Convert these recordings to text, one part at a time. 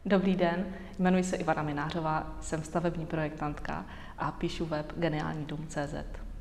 Dobrý den, jmenuji se Ivana Minářová, jsem stavební projektantka a píšu web genialnidum.cz.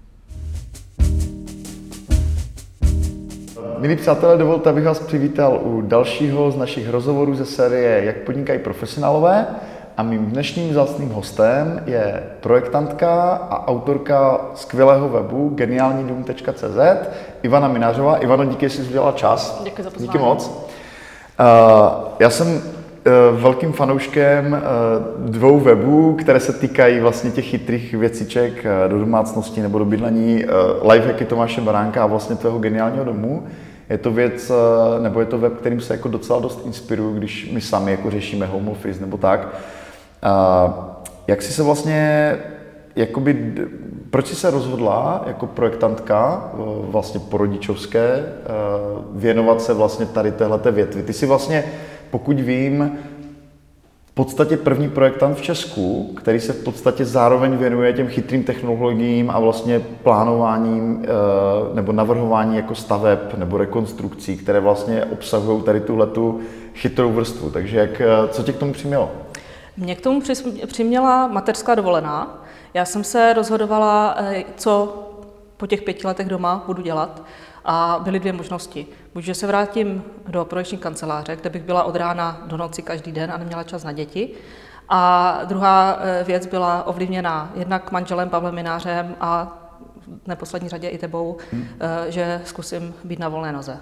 Milí přátelé, dovolte, abych vás přivítal u dalšího z našich rozhovorů ze série Jak podnikají profesionálové. A mým dnešním vzácným hostem je projektantka a autorka skvělého webu genialnidum.cz Ivana Minářová. Ivano, díky, že jsi udělala čas. Děkuji za pozvání. Díky moc. Já jsem velkým fanouškem dvou webů, které se týkají vlastně těch chytrých věciček do domácnosti nebo do bydlení. Lifehacky Tomáše Baránka a vlastně tvého geniálního domu. Je to věc, nebo je to web, kterým se jako docela dost inspiruju, když my sami jako řešíme home office nebo tak. Jak jsi se vlastně, jakoby, proč jsi se rozhodla jako projektantka vlastně porodičovské věnovat se vlastně tady téhleté větvi? Ty jsi vlastně, pokud vím, v podstatě první projektant v Česku, který se v podstatě zároveň věnuje těm chytrým technologiím a vlastně plánováním nebo navrhování jako staveb nebo rekonstrukcí, které vlastně obsahují tady tuhletu chytrou vrstvu. Takže co tě k tomu přimělo? Mě k tomu přiměla mateřská dovolená. Já jsem se rozhodovala, co po těch 5 letech doma budu dělat. A byly dvě možnosti. Buď, že se vrátím do projekční kanceláře, kde bych byla od rána do noci každý den a neměla čas na děti. A druhá věc byla ovlivněná jednak manželem Pavlem Minářem a v neposlední řadě i tebou, že zkusím být na volné noze.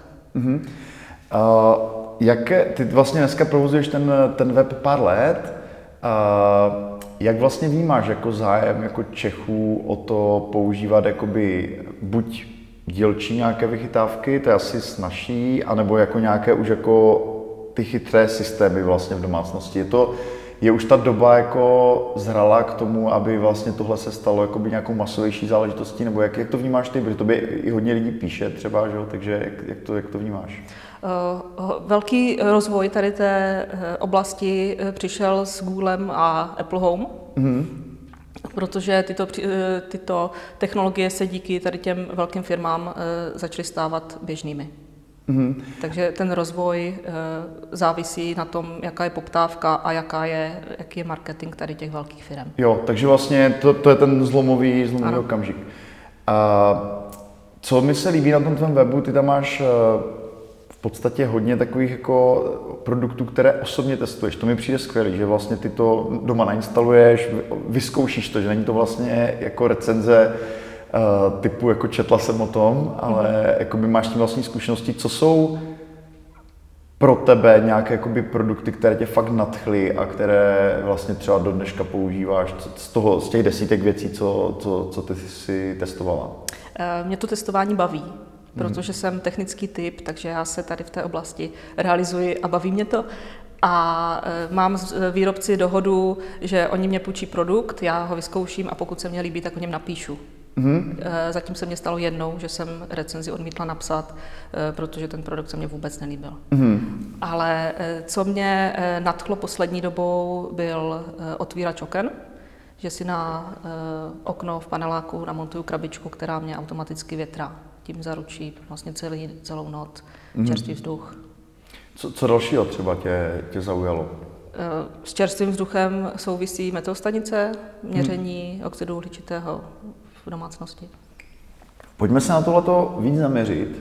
Ty vlastně dneska provozuješ ten web pár let. Jak vlastně vnímáš jako zájem jako Čechů o to používat jakoby buď dílčí nějaké vychytávky, to je asi snazší, anebo jako nějaké už jako ty chytré systémy vlastně v domácnosti. Je už ta doba jako zralá k tomu, aby vlastně tohle se stalo jakoby nějakou masovější záležitostí, nebo jak to vnímáš ty, protože tobě i hodně lidí píše třeba, že? Takže jak to vnímáš? Velký rozvoj tady té oblasti přišel s Googlem a Apple Home. Protože tyto technologie se díky tady těm velkým firmám začaly stávat běžnými. Takže ten rozvoj závisí na tom, jaká je poptávka a jaký je marketing tady těch velkých firm. Jo, takže vlastně to je ten zlomový okamžik. Co mi se líbí na tom tvém webu, ty tam máš v podstatě hodně takových jako produktů, které osobně testuješ. To mi přijde skvělý, že vlastně ty to doma nainstaluješ, vyzkoušíš to, že není to vlastně jako recenze typu jako četla jsem o tom, ale jakoby máš tím vlastní zkušenosti. Co jsou pro tebe nějaké jakoby produkty, které tě fakt nadchly a které vlastně třeba do dneška používáš z těch desítek věcí, co ty jsi testovala? Mě to testování baví. Protože jsem technický typ, takže já se tady v té oblasti realizuji a baví mě to. A mám s výrobci dohodu, že oni mě půjčí produkt, já ho vyzkouším a pokud se mně líbí, tak o něm napíšu. Zatím se mně stalo jednou, že jsem recenzi odmítla napsat, protože ten produkt se mně vůbec nelíbil. Ale co mě nadchlo poslední dobou, byl otvírač oken, že si na okno v paneláku namontuju krabičku, která mě automaticky větrá. Tím zaručí vlastně celou noc čerstvý vzduch. Co dalšího třeba tě zaujalo? S čerstvým vzduchem souvisí meteostanice, měření oxidu uhličitého v domácnosti. Pojďme se na tohleto víc zaměřit.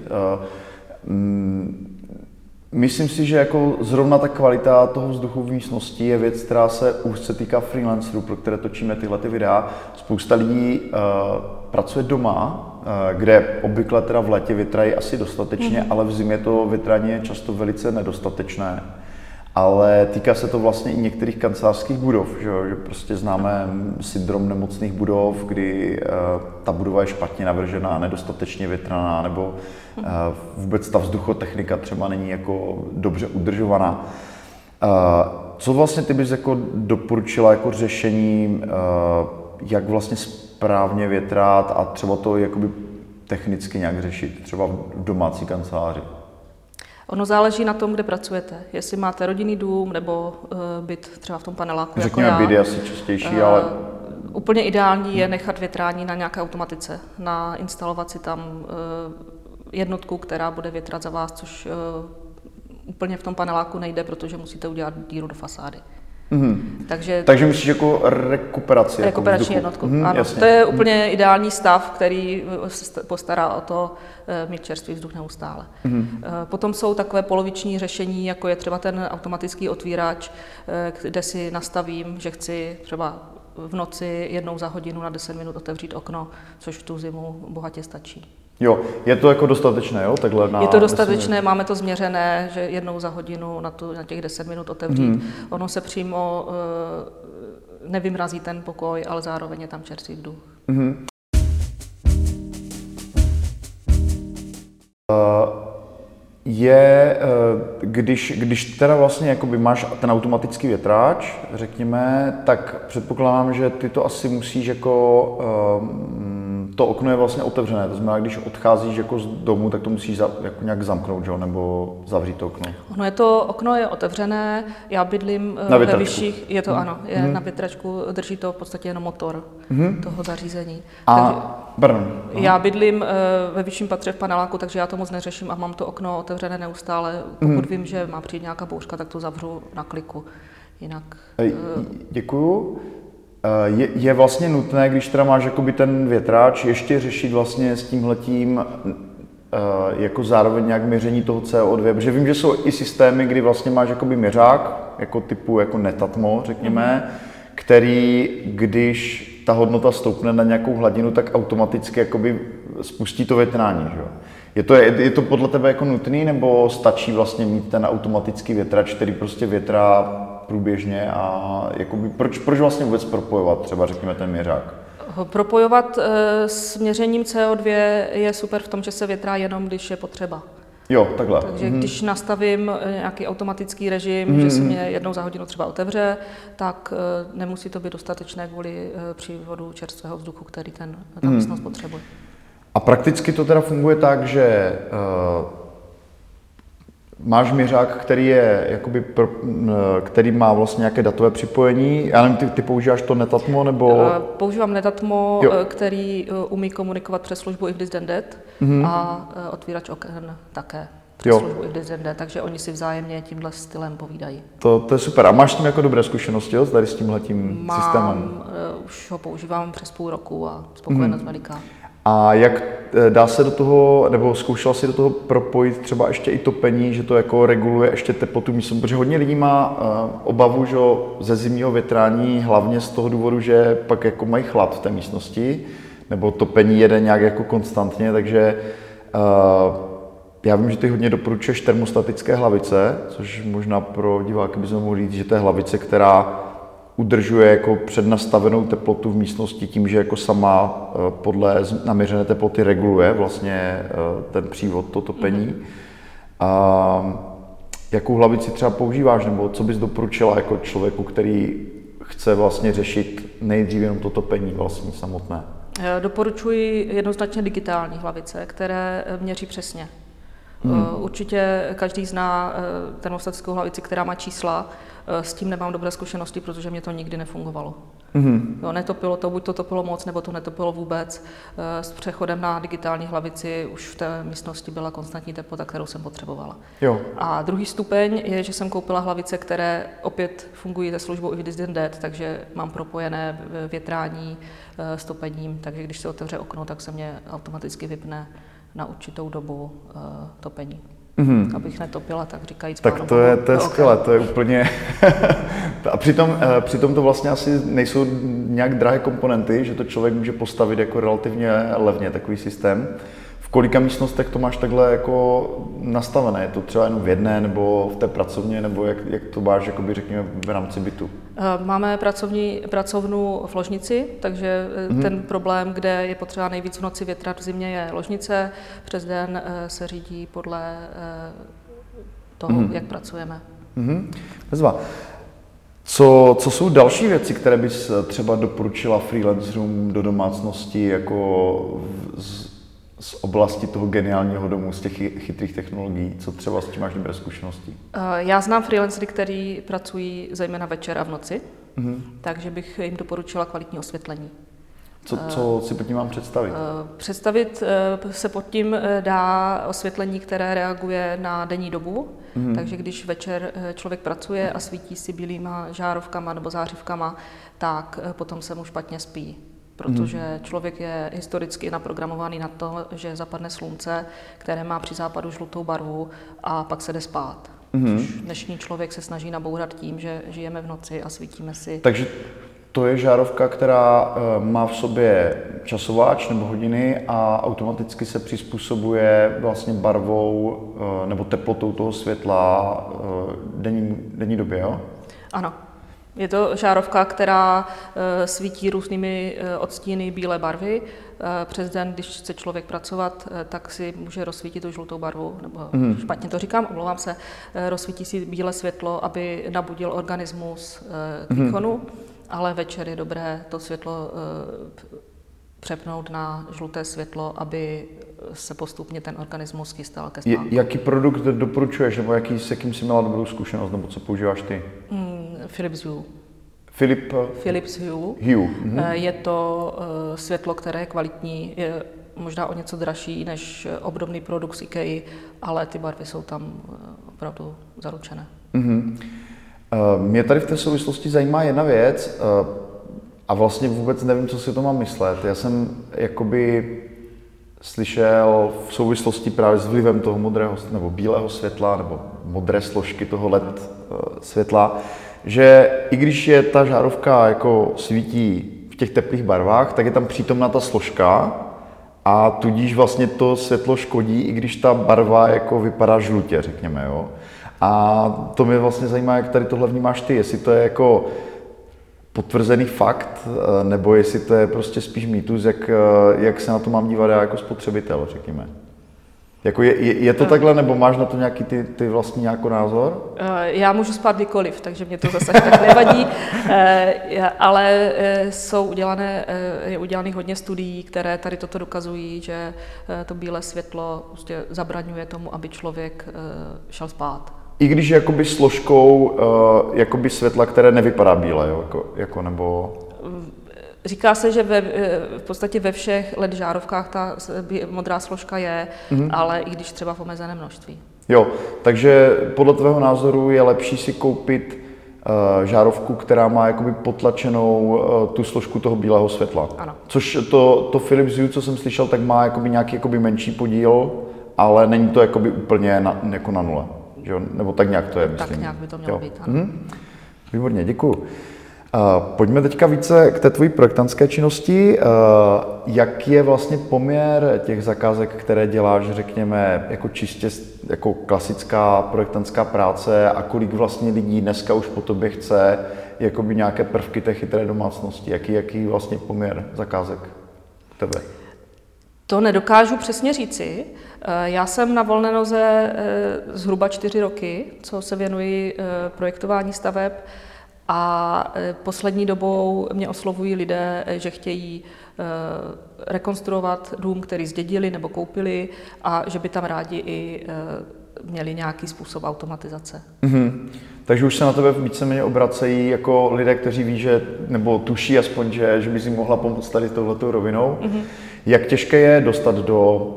Myslím si, že jako zrovna ta kvalita toho vzduchu v místnosti je věc, která se úzce týká freelancerů, pro které točíme tyhle videa. Spousta lidí pracuje doma, kde obvykle teda v létě větrají asi dostatečně, ale v zimě to větrání je často velice nedostatečné. Ale týká se to vlastně i některých kancelářských budov, že prostě známe syndrom nemocných budov, kdy ta budova je špatně navržená, nedostatečně větraná, nebo vůbec ta vzduchotechnika třeba není jako dobře udržovaná. Co vlastně ty bys jako doporučila jako řešení, jak vlastně správně větrát a třeba to jakoby technicky nějak řešit, třeba v domácí kanceláři? Ono záleží na tom, kde pracujete. Jestli máte rodinný dům nebo byt třeba v tom paneláku. Řekněme, byt je asi častější, ale... Úplně ideální je nechat větrání na nějaké automatice, nainstalovat si tam jednotku, která bude větrat za vás, což úplně v tom paneláku nejde, protože musíte udělat díru do fasády. Takže myslíš jako rekuperaci? Rekuperační jako jednotku, ano. Jasně. To je úplně ideální stav, který postará o to mít čerstvý vzduch neustále. Potom jsou takové poloviční řešení, jako je třeba ten automatický otvírač, kde si nastavím, že chci třeba v noci jednou za hodinu na 10 minut otevřít okno, což v tu zimu bohatě stačí. Jo, je to jako dostatečné, jo? Takhle Je to dostatečné, máme to změřené, že jednou za hodinu na těch 10 minut otevřít. Ono se přímo nevymrazí ten pokoj, ale zároveň je tam čerstvý vzduch. Když teda vlastně jakoby máš ten automatický větráč, řekněme, tak předpokládám, že ty to asi musíš jako, to okno je vlastně otevřené, to znamená, když odcházíš jako z domu, tak to musíš jako nějak zamknout, že? Nebo zavřít to okno. Okno je otevřené, já bydlím ve vyšších, je to ano, je na větračku, drží to v podstatě jenom motor toho zařízení. Já bydlím ve vyšším patře v paneláku, takže já to moc neřeším a mám to okno otevřené neustále. Pokud vím, že má přijít nějaká bouřka, tak to zavřu na kliku. Jinak... Děkuju. Je vlastně nutné, když teda máš jakoby ten větráč, ještě řešit vlastně s tímhletím jako zároveň nějak měření toho CO2, protože vím, že jsou i systémy, kdy vlastně máš jakoby měřák, jako typu jako Netatmo, řekněme, který, když ta hodnota stoupne na nějakou hladinu, tak automaticky jakoby spustí to větrání, že jo? Je to podle tebe jako nutný, nebo stačí vlastně mít ten automatický větrač, který prostě větrá průběžně a jakoby, proč vlastně vůbec propojovat třeba, řekněme, ten měřák? Propojovat s měřením CO2 je super v tom, že se větrá jenom, když je potřeba. Jo, takhle. Takže když nastavím nějaký automatický režim, že se mě jednou za hodinu třeba otevře, tak nemusí to být dostatečné kvůli přívodu čerstvého vzduchu, který ta místnost potřebuje. A prakticky to teda funguje tak, že máš měřák, který je jakoby který má vlastně nějaké datové připojení. Já nevím, ty používáš to Netatmo nebo? Používám Netatmo, který umí komunikovat přes službu If This Then That a otvírač oken také přes službu If This Then That, takže oni si vzájemně tímhle stylem povídají. To je super. A máš s tím jako dobré zkušenosti, jo, tady s tímhletím systémem? Už ho používám přes půl roku a spokojenost veliká. A jak dá se do toho, nebo zkoušela si do toho propojit třeba ještě i topení, že to jako reguluje ještě teplotu místnosti, protože hodně lidí má obavu, že ze zimního větrání, hlavně z toho důvodu, že pak jako mají chlad v té místnosti, nebo topení jede nějak jako konstantně, takže já vím, že ty hodně doporučuješ termostatické hlavice, což možná pro diváky bychom mohli říct, že to je hlavice, která udržuje jako přednastavenou teplotu v místnosti tím, že jako sama podle naměřené teploty reguluje vlastně ten přívod, to topení. Jakou hlavici třeba používáš, nebo co bys doporučila jako člověku, který chce vlastně řešit nejdřív jenom to topení vlastně samotné? Doporučuji jednoznačně digitální hlavice, které měří přesně. Určitě každý zná termostatickou hlavici, která má čísla. S tím nemám dobré zkušenosti, protože mě to nikdy nefungovalo. Jo, netopilo to, buď to topilo moc, nebo to netopilo vůbec. S přechodem na digitální hlavici už v té místnosti byla konstantní teplota, kterou jsem potřebovala. Jo. A druhý stupeň je, že jsem koupila hlavice, které opět fungují se službou If This Then That, takže mám propojené větrání s topením, takže když se otevře okno, tak se mě automaticky vypne na určitou dobu topení. Abych netopila, tak říkajíc. Tak to je skvělé, to je úplně... A přitom to vlastně asi nejsou nějak drahé komponenty, že to člověk může postavit jako relativně levně, takový systém. V kolika místnostech to máš takhle jako nastavené? Je to třeba jenom v jedné, nebo v té pracovně, nebo jak to máš, jakoby, řekněme, v rámci bytu? Máme pracovnu v ložnici, takže ten problém, kde je potřeba nejvíc v noci větrat, v zimě je ložnice. Přes den se řídí podle toho, jak pracujeme. Bezva. Co jsou další věci, které bys třeba doporučila freelancerům do domácnosti jako z oblasti toho geniálního domu, z těch chytrých technologií? Co třeba s tím máš dobré zkušenosti? Já znám freelancery, kteří pracují zejména večer a v noci, takže bych jim doporučila kvalitní osvětlení. Co si pod tím mám představit? Představit se pod tím dá osvětlení, které reaguje na denní dobu. Takže když večer člověk pracuje a svítí si bílýma žárovkama nebo zářivkama, tak potom se mu špatně spí. Protože člověk je historicky naprogramovaný na to, že zapadne slunce, které má při západu žlutou barvu a pak se jde spát. Což dnešní člověk se snaží nabourat tím, že žijeme v noci a svítíme si. Takže to je žárovka, která má v sobě časováč nebo hodiny a automaticky se přizpůsobuje vlastně barvou nebo teplotou toho světla denní době, jo? Ano. Je to žárovka, která svítí různými odstíny bílé barvy. Přes den, když chce člověk pracovat, tak si může rozsvítit tu žlutou barvu, nebo špatně to říkám, omlouvám se, rozsvítí si bílé světlo, aby nabudil organismus k výkonu, ale večer je dobré to světlo přepnout na žluté světlo, aby se postupně ten organismus chystal ke spánku. Jaký produkt doporučuješ, nebo s jakým jsi měla dobrou zkušenost, nebo co používáš ty? Philips Hue. Philips Hue. Je to světlo, které je kvalitní, je možná o něco dražší než obdobný produkt z IKEA, ale ty barvy jsou tam opravdu zaručené. Mě tady v té souvislosti zajímá jedna věc a vlastně vůbec nevím, co si to mám myslet. Já jsem jakoby slyšel v souvislosti právě s vlivem toho modrého nebo bílého světla nebo modré složky toho LED světla, že i když je ta žárovka jako svítí v těch teplých barvách, tak je tam přítomná ta složka a tudíž vlastně to světlo škodí, i když ta barva jako vypadá žlutě, řekněme, jo. A to mě vlastně zajímá, jak tady tohle vnímáš ty, jestli to je jako potvrzený fakt, nebo jestli to je prostě spíš mýtus, jak se na to mám dívat já jako spotřebitel, řekněme. Jako je to takhle, nebo máš na to nějaký ty vlastní nějaký názor? Já můžu spát kdykoliv, takže mě to zase tak nevadí, ale je udělaných hodně studií, které tady toto dokazují, že to bílé světlo prostě zabraňuje tomu, aby člověk šel spát. I když jakoby složkou jakoby světla, které nevypadá bílé, jako nebo... Říká se, že v podstatě ve všech LED žárovkách ta modrá složka je, ale i když třeba v omezeném množství. Jo, takže podle tvého názoru je lepší si koupit žárovku, která má jakoby potlačenou tu složku toho bílého světla. Ano. Což to Philips Hue, co jsem slyšel, tak má jakoby nějaký jakoby menší podíl, ale není to jakoby úplně jako na nule. Že? Nebo tak nějak to je, myslím. Tak nějak by to mělo být, ano. Výborně, děkuju. Pojďme teďka více k té tvojí projektantské činnosti. Jak je vlastně poměr těch zakázek, které děláš, řekněme, jako čistě jako klasická projektantská práce a kolik vlastně lidí dneska už po tobě chce jakoby nějaké prvky té chytré domácnosti? Jaký vlastně poměr zakázek tebe? To nedokážu přesně říci. Já jsem na volné noze zhruba 4 roky, co se věnuji projektování staveb. A poslední dobou mě oslovují lidé, že chtějí rekonstruovat dům, který zdědili nebo koupili a že by tam rádi i měli nějaký způsob automatizace. Takže už se na tebe víceméně obracejí jako lidé, kteří ví, že, nebo tuší aspoň, že by si mohla pomoct tady touhletou rovinou. Jak těžké je dostat do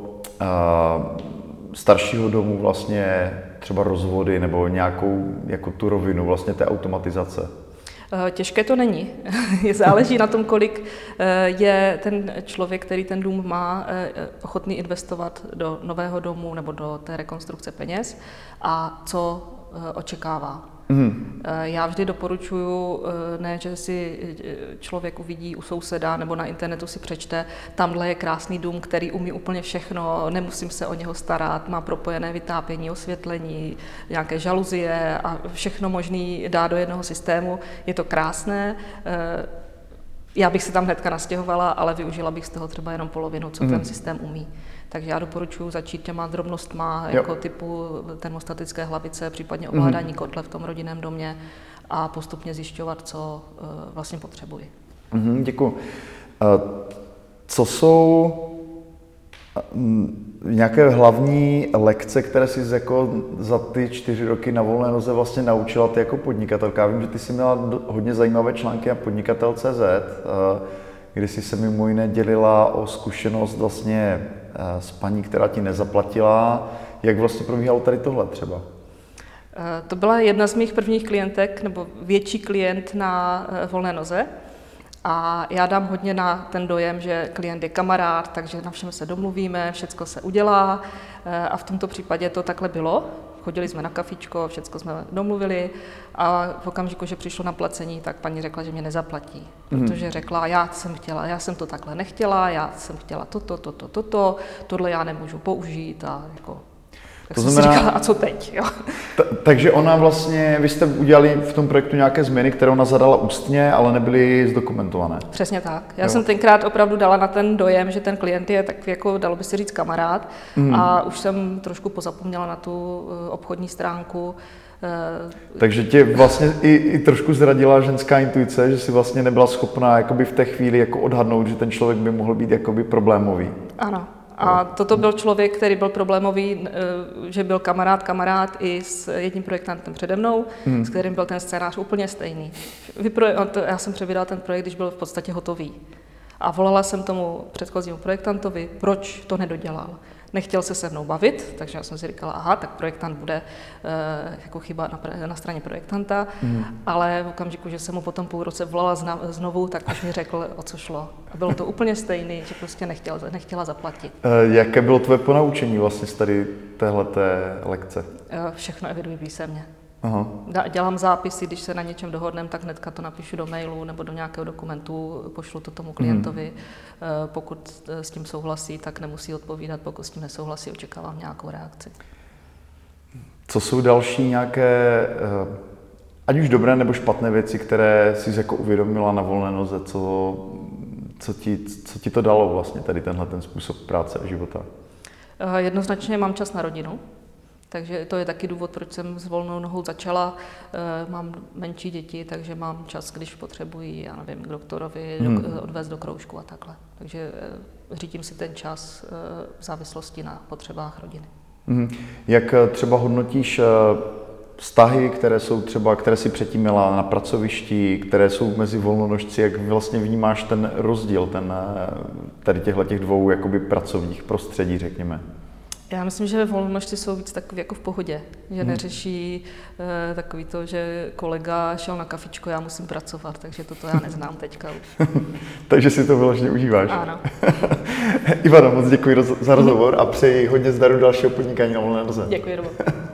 staršího domu vlastně třeba rozvody nebo nějakou jako tu rovinu vlastně té automatizace? Těžké to není. Záleží na tom, kolik je ten člověk, který ten dům má, ochotný investovat do nového domu nebo do té rekonstrukce peněz a co očekává. Já vždy doporučuji, ne, že si člověk uvidí u souseda nebo na internetu si přečte, tamhle je krásný dům, který umí úplně všechno, nemusím se o něho starat, má propojené vytápění, osvětlení, nějaké žaluzie a všechno možné dá do jednoho systému. Je to krásné. Já bych se tam hnedka nastěhovala, ale využila bych z toho třeba jenom polovinu, co ten systém umí. Takže já doporučuji začít těma drobnostma, jako typu termostatické hlavice, případně ovládání kotle v tom rodinném domě a postupně zjišťovat, co vlastně potřebuji. Děkuji. Co jsou nějaké hlavní lekce, které jsi jako za ty 4 roky na volné noze vlastně naučila ty jako podnikatelka? Já vím, že ty jsi měla hodně zajímavé články na podnikatel.cz. kdy jsi se mimo jiné dělila o zkušenost vlastně s paní, která ti nezaplatila. Jak vlastně probíhalo tady tohle třeba? To byla jedna z mých prvních klientek, nebo větší klient na volné noze. A já dám hodně na ten dojem, že klient je kamarád, takže na všem se domluvíme, všecko se udělá. A v tomto případě to takhle bylo. Chodili jsme na kafičko, všecko jsme domluvili a v okamžiku, že přišlo na placení, tak paní řekla, že mě nezaplatí. Protože řekla, já jsem to takhle nechtěla, já jsem chtěla tohle já nemůžu použít a jako... Tak to jsem znamená, si říkala, a co teď? Jo? Takže ona vlastně, vy jste udělali v tom projektu nějaké změny, které ona zadala ústně, ale nebyly zdokumentované. Přesně tak. Já jsem tenkrát opravdu dala na ten dojem, že ten klient je tak jako, dalo by se říct, kamarád a už jsem trošku pozapomněla na tu obchodní stránku. Takže tě vlastně i trošku zradila ženská intuice, že si vlastně nebyla schopná jakoby v té chvíli jako odhadnout, že ten člověk by mohl být jakoby problémový. Ano. A toto byl člověk, který byl problémový, že byl kamarád i s jedním projektantem přede mnou, s kterým byl ten scénář úplně stejný. Já jsem přebírala ten projekt, když byl v podstatě hotový. A volala jsem tomu předchozímu projektantovi, proč to nedodělal. Nechtěl se mnou bavit, takže já jsem si říkala, aha, tak projektant bude jako chyba na straně projektanta, ale v okamžiku, že jsem mu potom půl roce volala znovu, tak už mi řekl, o co šlo. A bylo to úplně stejný, že prostě nechtěla zaplatit. Jaké bylo tvoje ponaučení vlastně z tady téhleté lekce? Všechno eviduji písemně. Aha. Dělám zápisy, když se na něčem dohodneme, tak hnedka to napíšu do mailu nebo do nějakého dokumentu, pošlu to tomu klientovi. Pokud s tím souhlasí, tak nemusí odpovídat, pokud s tím nesouhlasí, očekávám nějakou reakci. Co jsou další nějaké, ať už dobré nebo špatné věci, které jsi jako uvědomila na volné noze, co ti to dalo vlastně tady tenhle ten způsob práce a života? Jednoznačně mám čas na rodinu. Takže to je taky důvod, proč jsem s volnou nohou začala. Mám menší děti, takže mám čas, když potřebuji, já nevím, k doktorovi, odvést do kroužku a takhle. Takže řídím si ten čas v závislosti na potřebách rodiny. Jak třeba hodnotíš vztahy, které si předtím měla na pracovišti, které jsou mezi volnonožci, jak vlastně vnímáš ten rozdíl, tady těch dvou jakoby pracovních prostředí, řekněme? Já myslím, že volnonožci jsou víc takový jako v pohodě, že neřeší takový to, že kolega šel na kafičko, já musím pracovat, takže toto já neznám teďka už. Takže si to vyloženě užíváš. Ano. Ivano, moc děkuji za rozhovor a přeji hodně zdaru dalšího podnikání na volné noze. Děkuji, Robo.